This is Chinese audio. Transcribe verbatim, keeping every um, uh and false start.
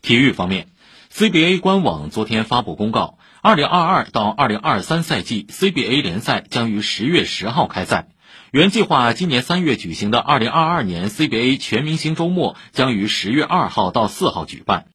体育方面 ，C B A 官网昨天发布公告， 二零二二到二零二三赛季 C B A 联赛将于十月十号开赛。原计划今年三月举行的二零二二年 C B A 全明星周末将于十月二号到四号举办。